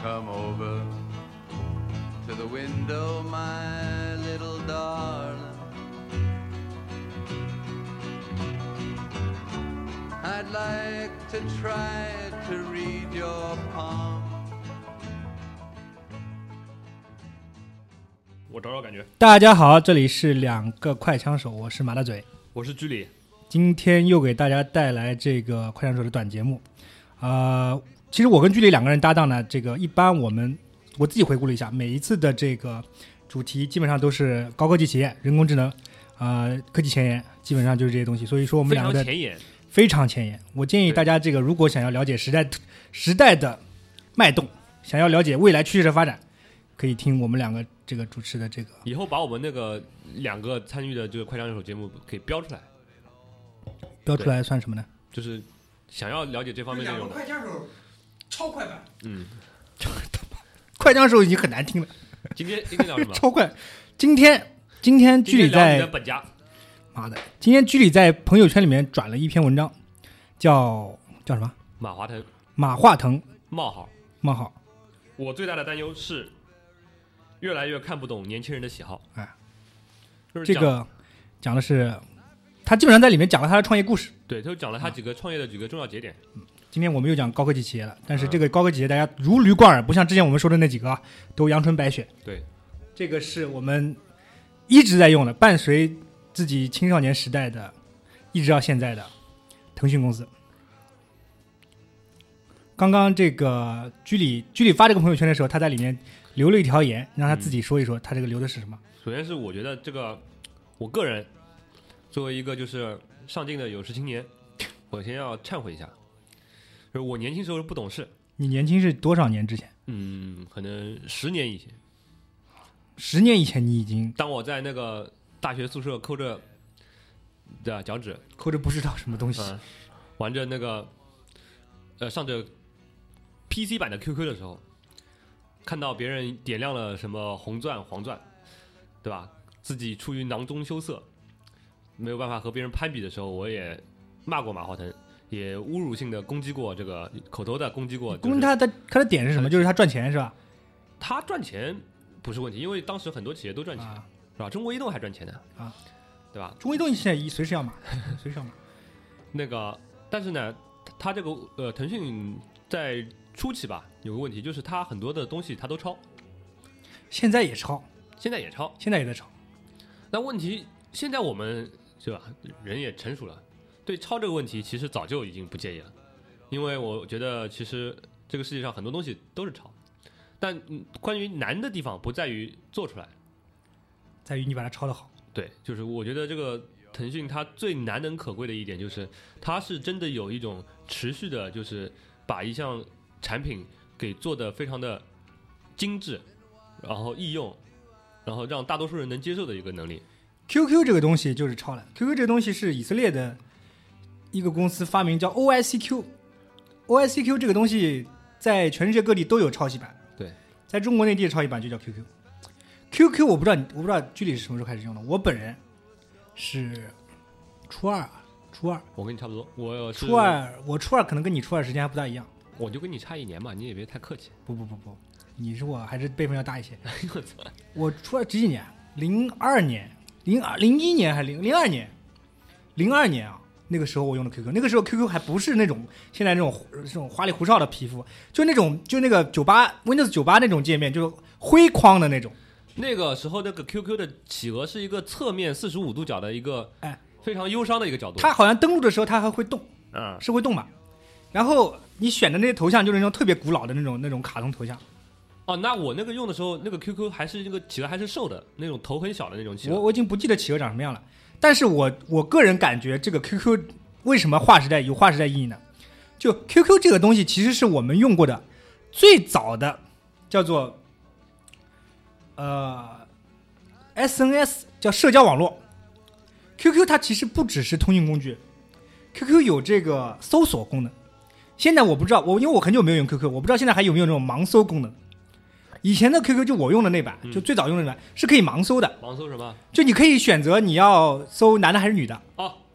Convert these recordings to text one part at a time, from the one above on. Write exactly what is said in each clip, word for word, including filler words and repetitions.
come over to the window, my little darling. I'd like to try to read your palm. 我找找感觉。 大家好，这里是两个快枪手，我是马大嘴， 我是居里。 今天又给大家带来这个快枪手的短节目。呃，其实我跟居里两个人搭档呢，这个一般我们我自己回顾了一下，每一次的这个主题基本上都是高科技企业、人工智能、呃科技前沿，基本上就是这些东西。所以说我们两个的非常前沿， 非常前沿。我建议大家这个如果想要了解时代时代的脉动，想要了解未来趋势的发展，可以听我们两个这个主持的这个。 以后把我们那个两个参与的这个快枪手节目可以标出来。 标出来算什么呢？ 就是想要了解这方面内容的。 快枪手超快版。 嗯， 快枪手已经很难听了。 今天今天聊什么？ 超快。今天今天居里在你的本家。 妈的，今天居里在朋友圈里面转了一篇文章，叫叫什么？ 马化腾。 马化腾冒号冒号。 我最大的担忧是，越来越看不懂年轻人的喜好。 哎， 就是这个讲的是。他基本上在里面讲了他的创业故事， 对，他就讲了他几个创业的几个重要节点。 嗯、今天我们又讲高科技企业了，但是这个高科技企业大家如驴贯耳，不像之前我们说的那几个、啊、都阳春白雪。 对， 这个是我们一直在用的，伴随自己青少年时代的，一直到现在的腾讯公司。刚刚这个居里居里发这个朋友圈的时候，他在里面留了一条言，让他自己说一说他这个留的是什么。 嗯、首先是我觉得这个，我个人。作为一个就是上进的有识青年，我先要忏悔一下，就是我年轻时候不懂事。 你年轻是多少年之前？ 嗯，可能十年以前。 十年以前你已经…… 当我在那个大学宿舍抠着，对啊，脚趾， 抠着不知道什么东西， 嗯、玩着那个，呃，上着 P C 版的 Q Q 的时候，看到别人点亮了什么红钻、黄钻，对吧？自己出于囊中羞涩。没有办法和别人攀比的时候，我也骂过马化腾，也侮辱性的攻击过这个口头的攻击过。 攻击他的他的点是什么？就是他赚钱是吧？ 他赚钱不是问题，因为当时很多企业都赚钱，啊、是吧？中国移动还赚钱呢， 啊， 对吧？ 中国移动现在随时要骂，随时要骂。 那个，但是呢，他这个呃，腾讯在初期吧，有个问题就是他很多的东西他都抄， 现在也抄， 现在也抄， 现在也在抄。 那问题现在我们。对吧？人也成熟了，对抄这个问题其实早就已经不介意了，因为我觉得其实这个世界上很多东西都是抄，但关于难的地方不在于做出来， 在于你把它抄得好。 对，就是我觉得这个腾讯它最难能可贵的一点就是它是真的有一种持续的，就是把一项产品给做得非常的精致，然后易用，然后让大多数人能接受的一个能力。 Q Q 这个东西就是抄的 ，Q Q 这个东西是以色列的一个公司发明，叫 O I C Q。O I C Q 这个东西在全世界各地都有抄袭版， 对， 在中国内地的抄袭版就叫 Q Q。Q Q 我不知道，我不知道居里是什么时候开始用的，我本人是初二，初二， 我跟你差不多，我初二，我初二可能跟你初二时间还不大一样， 我就跟你差一年嘛，你也别太客气。 不不不不，你是我还是辈分要大一些。我初二几几年？零二年。零二零一年还是零零二年，零二年啊，那个时候我用的 Q Q， 那个时候 Q Q 还不是那种现在那种这种花里胡哨的皮肤，就那种就那个九八 Windows 九八那种界面，就是灰框的那种。 那个时候那个 Q Q 的企鹅是一个侧面四十五度角的一个，哎，非常忧伤的一个角度。 它好像登录的时候它还会动， 嗯， 是会动嘛。然后你选的那些头像就是那种特别古老的那种那种卡通头像。 哦，那我那个用的时候，那个 Q Q 还是那个企鹅还是瘦的那种，头很小的那种企鹅。 我我已经不记得企鹅长什么样了，但是我我个人感觉这个 Q Q 为什么划时代有划时代意义呢？就 Q Q 这个东西其实是我们用过的最早的叫做呃 S N S 叫社交网络。Q Q 它其实不只是通讯工具 ，Q Q 有这个搜索功能。现在我不知道，我因为我很久没有用 Q Q， 我不知道现在还有没有这种盲搜功能。以前的 Q Q 就我用的那版，就最早用的那版、嗯、是可以盲搜的。 盲搜什么？ 就你可以选择你要搜男的还是女的。 哦，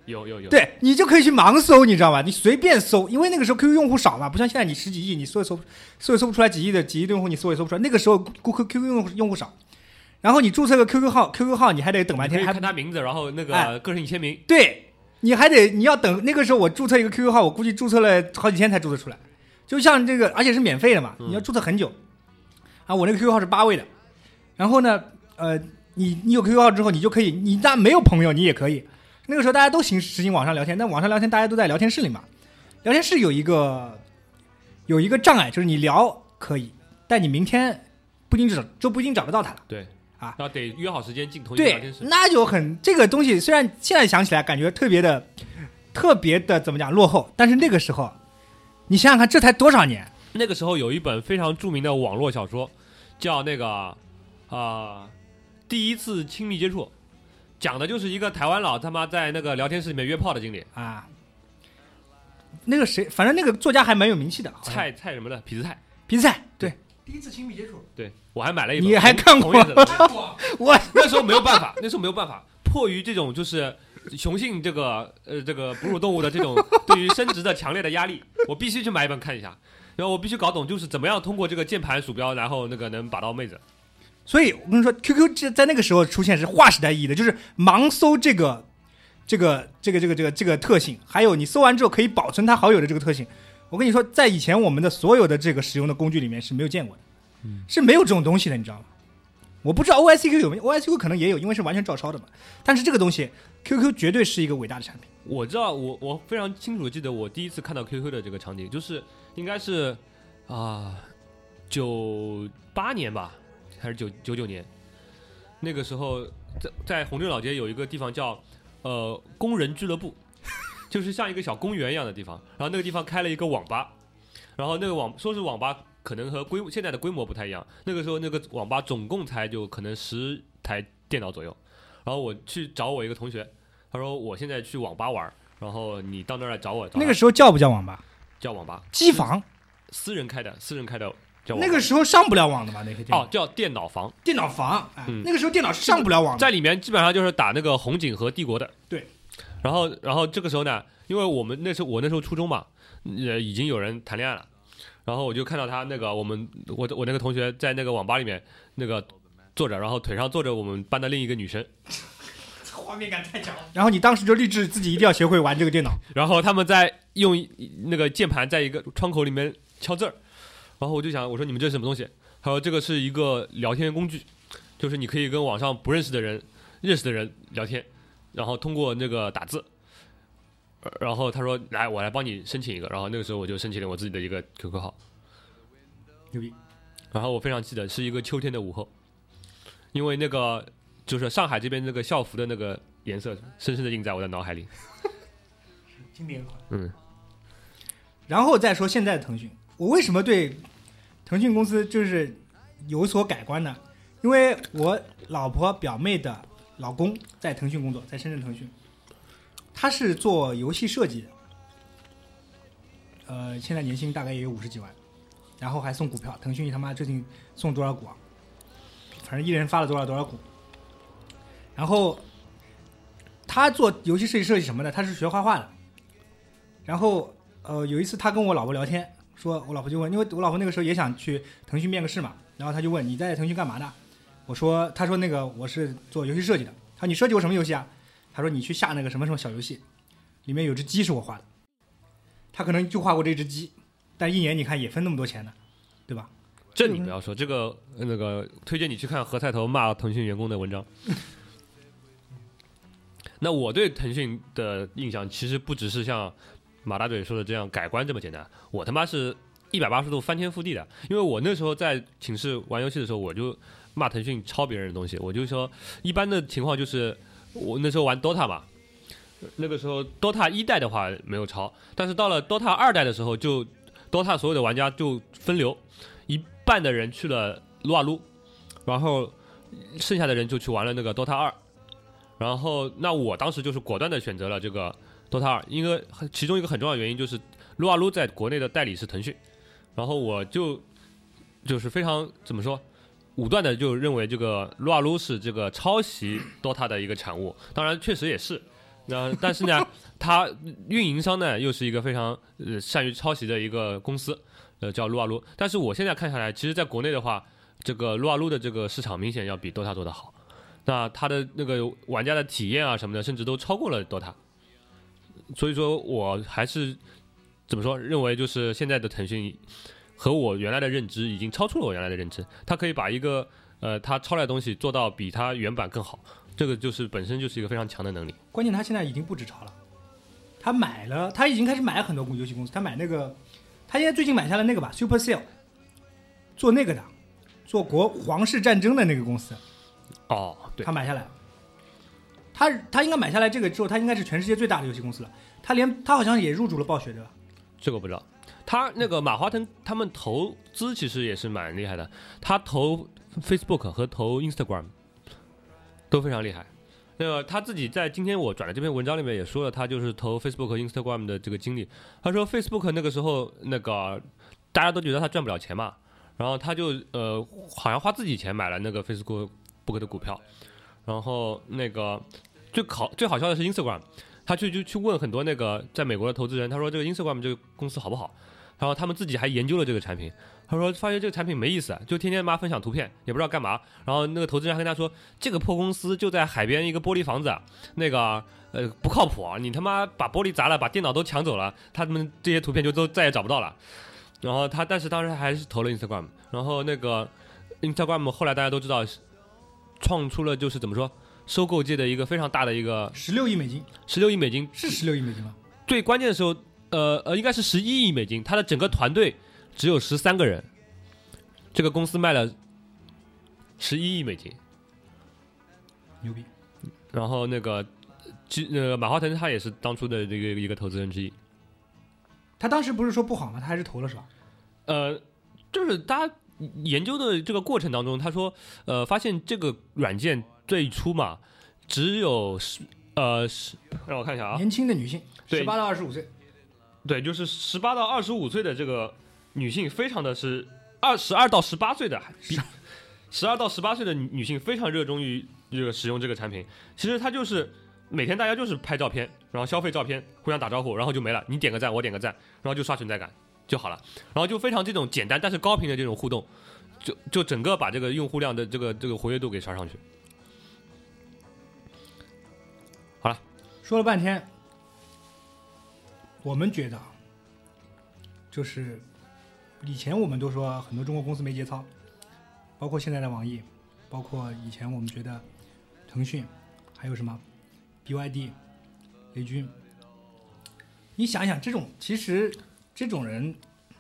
有有有， 对你就可以去盲搜，你知道吧？你随便搜，因为那个时候 Q Q 用户少嘛，不像现在你十几亿，你搜也搜搜也搜不出来几亿的几亿的用户，你搜也搜不出来。那个时候顾客 Q Q 用户用户少，然后你注册个 Q Q 号 ，Q Q 号你还得等半天，还看他名字，然后那哎个个人签名， 对，你还得你要等。那个时候我注册一个 Q Q 号，我估计注册了好几天才注册出来，就像这个，而且是免费的嘛，你要注册很久。啊，我那个 Q Q 号是八位的，然后呢，呃，你你有 Q Q 号之后，你就可以，你但没有朋友你也可以。那个时候大家都行实行网上聊天，但网上聊天大家都在聊天室里嘛，聊天室有一个有一个障碍，就是你聊可以，但你明天不一定找就不一定找得到他了。 对啊， 然后得约好时间进同一个聊天室。 对，那就很这个东西，虽然现在想起来感觉特别的特别的怎么讲落后，但是那个时候你想想看，这才多少年？ 那个时候有一本非常著名的网络小说，叫那个啊、呃、第一次亲密接触。讲的就是一个台湾佬他妈在那个聊天室里面约炮的经历啊。那个谁，反正那个作家还蛮有名气的， 蔡蔡什么的，痞子蔡， 痞子蔡，对，第一次亲密接触， 对我还买了一本， 你还看过？ 我那时候没有办法，那时候没有办法，迫于这种就是雄性这个呃这个哺乳动物的这种对于生殖的强烈的压力，我必须去买一本看一下，然后我必须搞懂就是怎么样通过这个键盘鼠标，然后那个能把到妹子。 所以我跟你说 ，Q Q 在那个时候出现是划时代意义的，就是盲搜这个、这个、这个、这个、这个、这个特性，还有你搜完之后可以保存它好友的这个特性。我跟你说，在以前我们的所有的这个使用的工具里面是没有见过的， 嗯、 是没有这种东西的，你知道吗？我不知道 O I C Q 有没有 ，O I C Q 可能也有，因为是完全照抄的嘛。但是这个东西 ，Q Q 绝对是一个伟大的产品。 我知道，我我非常清楚的记得我第一次看到 Q Q 的这个场景，就是应该是啊九八年吧，还是九九九年。那个时候在在洪镇老街有一个地方叫呃工人俱乐部，就是像一个小公园一样的地方，然后那个地方开了一个网吧，然后那个网说是网吧可能和规现在的规模不太一样，那个时候那个网吧总共才就可能十台电脑左右，然后我去找我一个同学，他说我现在去网吧玩，然后你到那儿来找我。找那个时候叫不叫网吧？ 叫网吧， 机房， 私人开的，私人开的。 那个时候上不了网的吧？那些电脑哦，叫电脑房。 电脑房，哎嗯， 那个时候电脑是上不了网的， 在里面基本上就是打那个红警和帝国的。 对。 然后，然后这个时候呢，因为我们那时候我那时候初中嘛，呃，已经有人谈恋爱了，然后我就看到他那个我们我我那个同学在那个网吧里面那个坐着，然后腿上坐着我们班的另一个女生。 画面感太强了。然后你当时就立志自己一定要学会玩这个电脑。 然后他们在用那个键盘在一个窗口里面敲字儿。然后我就想，我说你们这是什么东西？他说这个是一个聊天工具，就是你可以跟网上不认识的人、认识的人聊天，然后通过那个打字。然后他说：“来，我来帮你申请一个。”然后那个时候我就申请了我自己的一个 Q Q 号。 牛逼！ 然后我非常记得是一个秋天的午后，因为那个就是上海这边那个校服的那个颜色，深深的印在我的脑海里。 经典款。 嗯。 然后再说现在的腾讯。我为什么对腾讯公司就是有所改观呢？因为我老婆表妹的老公在腾讯工作，在深圳腾讯，他是做游戏设计的，呃，现在年薪大概也有五十几万，然后还送股票，腾讯他妈最近送多少股啊？反正一人发了多少多少股。然后他做游戏设计设计什么的，他是学画画的。然后呃，有一次他跟我老婆聊天。说我老婆就问，因为我老婆那个时候也想去腾讯面个试嘛，然后他就问你在腾讯干嘛的？我说，他说那个我是做游戏设计的。他说你设计过什么游戏啊？他说你去下那个什么什么小游戏，里面有只鸡是我画的。他可能就画过这只鸡，但一年你看也分那么多钱呢，对吧？ 这你不要说，这个那个推荐你去看何菜头骂腾讯员工的文章。那我对腾讯的印象其实不只是像马大嘴说的这样改观这么简单，我他妈是一百八十度翻天覆地的。因为我那时候在寝室玩游戏的时候，我就骂腾讯抄别人的东西。我就说，一般的情况就是我那时候玩 D O T A 嘛，那个时候 D O T A 一代的话没有抄，但是到了 D O T A 二代的时候，就 D O T A 所有的玩家就分流，一半的人去了撸啊撸，然后剩下的人就去玩了那个 D O T A 二。然后那我当时就是果断的选择了这个D O T A 二，因为其中一个很重要的原因就是撸啊撸在国内的代理是腾讯，然后我就就是非常怎么说武断的就认为这个撸啊撸是这个抄袭 D O T A 的一个产物，当然确实也是， 那但是呢，他运营商呢又是一个非常呃善于抄袭的一个公司，呃叫撸啊撸。但是我现在看下来，其实在国内的话，这个撸啊撸的这个市场明显要比 D O T A 做得好。那它的那个玩家的体验啊什么的，甚至都超过了 D O T A。所以说我还是怎么说，认为就是现在的腾讯和我原来的认知已经超出了我原来的认知，它可以把一个呃它抄来的东西做到比它原版更好。这个就是本身就是一个非常强的能力。 关键他现在已经不止抄了，他买了，他已经开始买很多游戏公司。他买那个，他现在最近买下了那个吧 ，Supercell， 做那个的，做国皇室战争的那个公司。 哦，对， 他买下来了。他他应该买下来这个之后，他应该是全世界最大的游戏公司了。他连他好像也入主了暴雪，对吧？ 这个我不知道。他那个马化腾他们投资其实也是蛮厉害的，他投 Facebook 和投 Instagram。都非常厉害。那个他自己在今天我转的这篇文章里面也说了，他就是投 Facebook 和 Instagram 的这个经历。他说 Facebook 那个时候那个大家都觉得他赚不了钱嘛，然后他就呃好像花自己钱买了那个 Facebook 的股票，然后那个最好最好笑的是 Instagram， 他去就去问很多那个在美国的投资人，他说这个 Instagram 这个公司好不好？然后他们自己还研究了这个产品，他说发现这个产品没意思，就天天妈分享图片，也不知道干嘛。然后那个投资人还跟他说，这个破公司就在海边一个玻璃房子，那个呃不靠谱，你他妈把玻璃砸了，把电脑都抢走了，他们这些图片就都再也找不到了。然后他但是当时还是投了 Instagram， 然后那个 Instagram 后来大家都知道创出了就是怎么说收购界的一个非常大的一个十六亿美金， 十六亿美金是十六亿美金吗？ 最关键的时候。呃呃，应该是十一亿美金，他的整个团队只有十三个人，这个公司卖了十一亿美金， 牛逼。 然后那个，那个马化腾他也是当初的这个一个投资人之一。 他当时不是说不好吗？他还是投了是吧？ 呃，就是大家研究的这个过程当中，他说，呃，发现这个软件最初嘛，只有十呃十，让我看一下啊， 年轻的女性， 对十八到二十五岁。 对，就是十八到二十五岁的这个女性，非常的是二十二到十八岁的，十二到十八岁的女性非常热衷于这个使用这个产品。其实它就是每天大家就是拍照片，然后消费照片，互相打招呼，然后就没了。你点个赞，我点个赞，然后就刷存在感就好了。然后就非常这种简单但是高频的这种互动，就就整个把这个用户量的这个这个活跃度给刷上去。好了， 说了半天。我们觉得，就是以前我们都说很多中国公司没节操，包括现在的网易，包括以前我们觉得腾讯，还有什么 B Y D、雷军。你想想，这种其实这种人，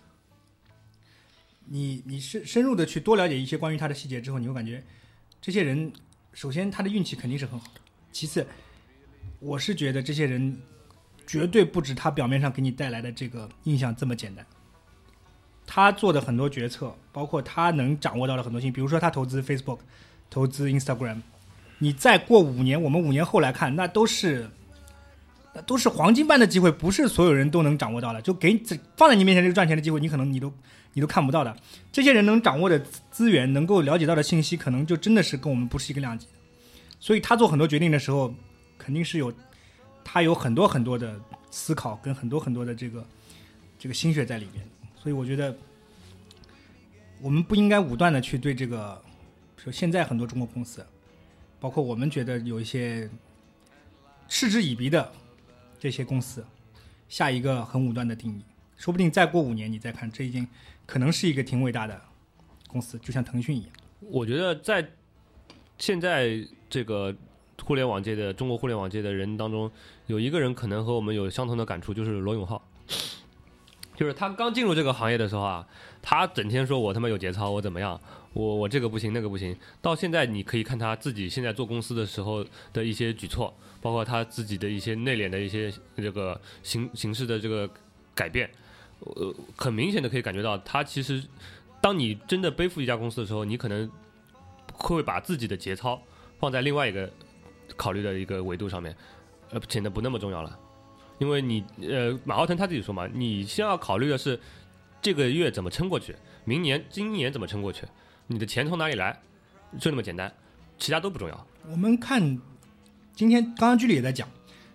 你你深深入的去多了解一些关于他的细节之后，你会感觉这些人，首先他的运气肯定是很好，其次，我是觉得这些人。绝对不止他表面上给你带来的这个印象这么简单，他做的很多决策，包括他能掌握到的很多信息，比如说他投资 Facebook， 投资 Instagram， 你再过五年，我们五年后来看，那都是那都是黄金般的机会，不是所有人都能掌握到的，就给放在你面前这个赚钱的机会，你可能你都你都看不到的。这些人能掌握的资源，能够了解到的信息，可能就真的是跟我们不是一个量级的。所以他做很多决定的时候，肯定是有。他有很多很多的思考跟很多很多的这个这个心血在里面，所以我觉得我们不应该武断的去对这个，说现在很多中国公司，包括我们觉得有一些嗤之以鼻的这些公司，下一个很武断的定义，说不定再过五年你再看，这已经可能是一个挺伟大的公司，就像腾讯一样。 我觉得在现在这个。互联网界的中国互联网界的人当中，有一个人可能和我们有相同的感触，就是罗永浩。就是他刚进入这个行业的时候啊，他整天说我他妈有节操，我怎么样，我我这个不行那个不行。到现在你可以看他自己现在做公司的时候的一些举措，包括他自己的一些内敛的一些这个形形式的这个改变，呃，很明显的可以感觉到，他其实当你真的背负一家公司的时候，你可能会把自己的节操放在另外一个。考虑的一个维度上面，呃，显得不那么重要了，因为你，呃，马化腾他自己说嘛，你先要考虑的是这个月怎么撑过去，明年、今年怎么撑过去，你的钱从哪里来，就那么简单，其他都不重要。 我们看今天刚刚居里也在讲，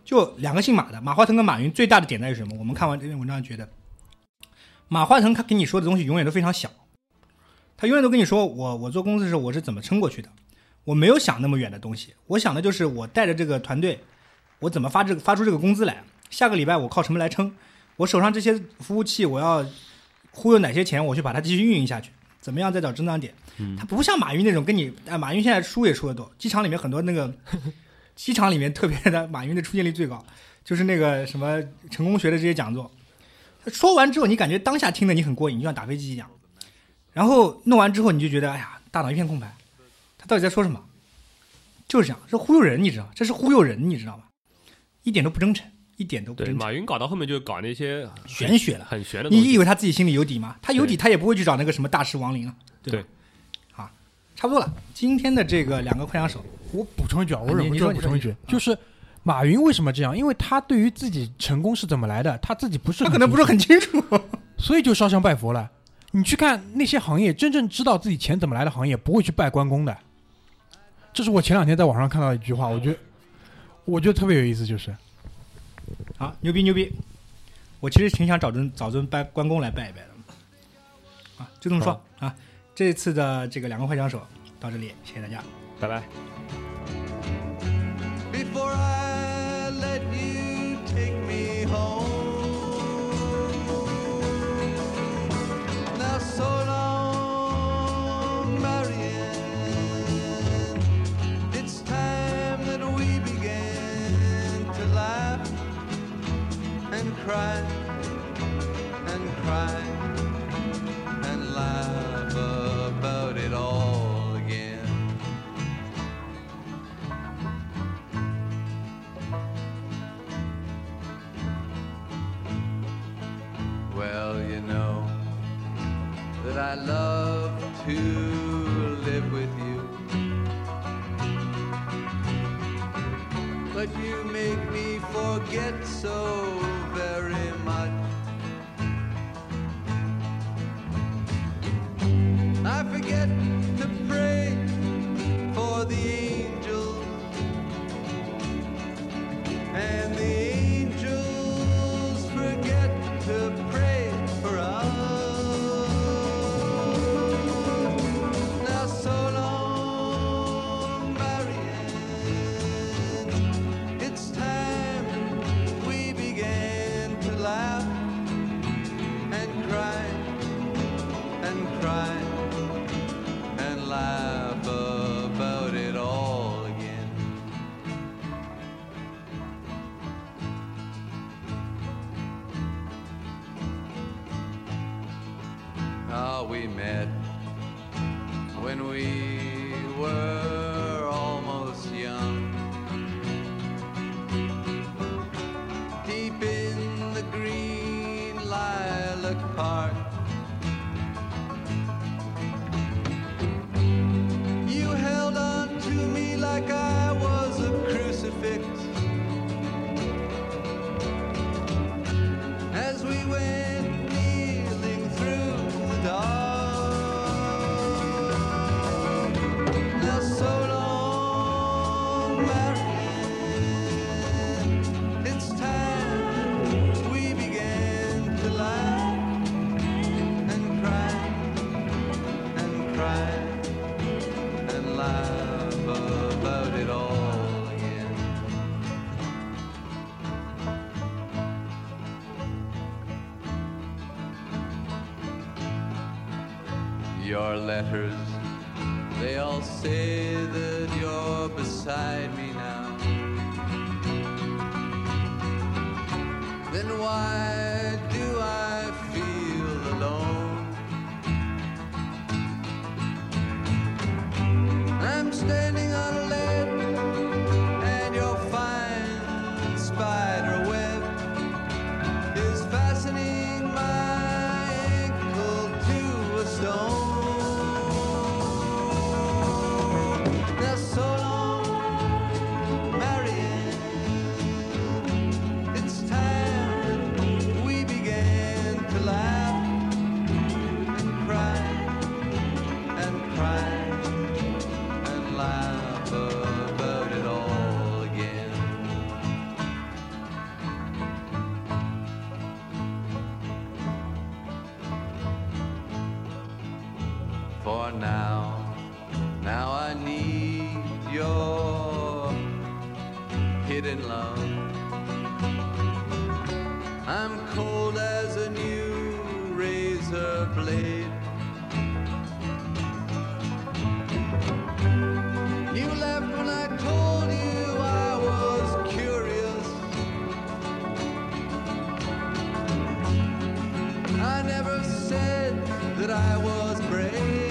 就两个姓马的，马化腾跟马云最大的点在于什么？我们看完这篇文章觉得，马化腾他跟你说的东西永远都非常小，他永远都跟你说我我做公司的时候我是怎么撑过去的，我没有想那么远的东西，我想的就是我带着这个团队，我怎么发这个发出这个工资来，下个礼拜我靠什么来撑，我手上这些服务器我要忽悠哪些钱，我去把它继续运营下去，怎么样再找增长点。 嗯， 他不像马云那种跟你，哎，马云现在书也出得多，机场里面很多那个，机场里面特别的，马云的出现率最高，就是那个什么成功学的这些讲座，说完之后你感觉当下听的你很过瘾，就像打飞机一样，然后弄完之后你就觉得，哎呀，大脑一片空白，他到底在说什么？就是这样，是忽悠人，你知道，这是忽悠人，你知道吗？一点都不真诚，一点都不对， 真诚。 马云搞到后面就搞那些玄学了， 很玄的东西。 你以为他自己心里有底吗？他有底，他也不会去找那个什么大师王林了，对吧？ 对， 好，差不多了。今天的这个两个快枪手， 我补充一句啊，我忍不你说住补充一句， 你说就是马云为什么这样？因为他对于自己成功是怎么来的，他自己不是很他可能不是很清楚， 所以就烧香拜佛了。你去看那些行业，真正知道自己钱怎么来的行业，不会去拜关公的。这是我前两天在网上看到一句话，我觉得我觉得特别有意思，就是好，牛逼牛逼！我其实挺想找尊找尊拜关公来拜一拜的，啊，就这么说啊。这次的这个两个快枪手到这里，谢谢大家， 拜拜。 Before I let you take me home. Now so long, Marianne. It's time that we began to laugh and cry and cry and laugh about it all again. Well, you know that I love to live with you, but you make me forget so very much. I forget to pray for the angels, and the angels forget to pray for us. Now so long, Marianne. It's time we began to laugh and cry and cry and laugh about it all again. How we met when we were almost young, deep in the green lilac park. You held on to me like I was a crucifix as we went kneeling through the dark. Now so long, Marianne. It's time we began to laugh and cry and cry and laugh about it all again. Your letters, they all say that you're beside me now. Then why do I feel alone? I'm standing on a ledge, and your fine spider web is fastening my ankle to a stone. Now so long, Marianne. It's time now. Now I need your hidden love. I'm cold as a new razor blade. You left when I told you I was curious. I never said that I was brave.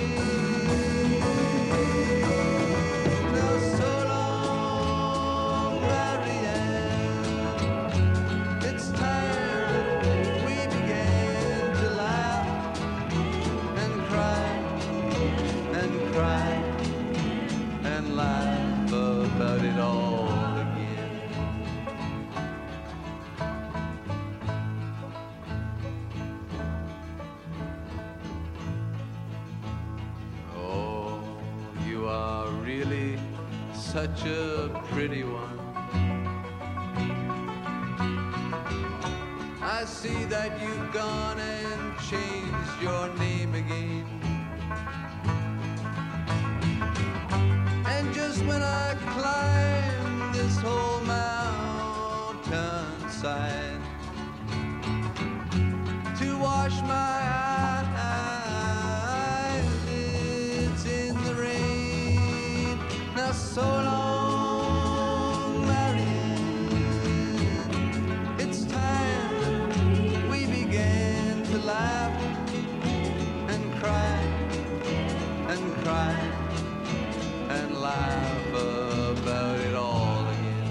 Now so long, Marianne. It's time that we began to laugh and cry and cry and laugh about it all again. Oh, you are really such a pretty one. I see that you've gone and changed your name again. And just when I climb this whole mountainside to wash my eyelids in the rain, now so long, Marianne. It's time that we began to laugh and cry and cry and laugh about it all again.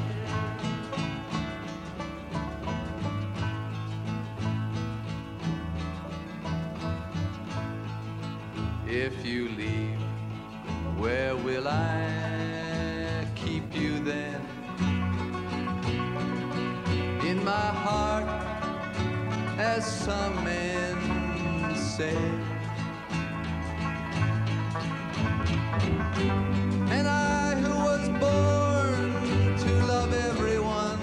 If you leave, where will I keep you then? In my heart, as some men say. And I, who was born to love everyone,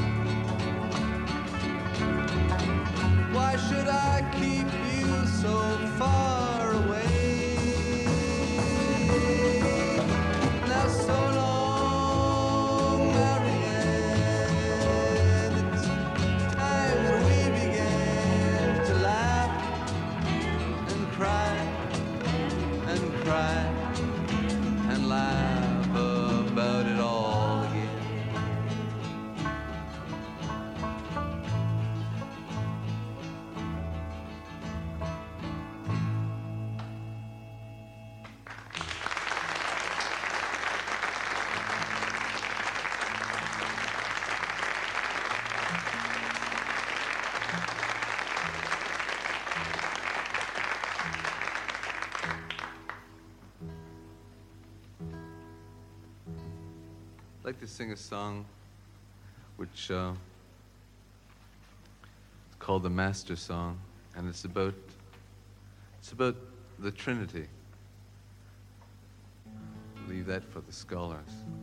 why should I keep you so far away? Now so long, Marianne. It's time that we began to laugh and cry and cry and laugh about it all again. I'd like to sing a song which uh, is called the Master Song, and it's about it's about the Trinity. Leave that for the scholars.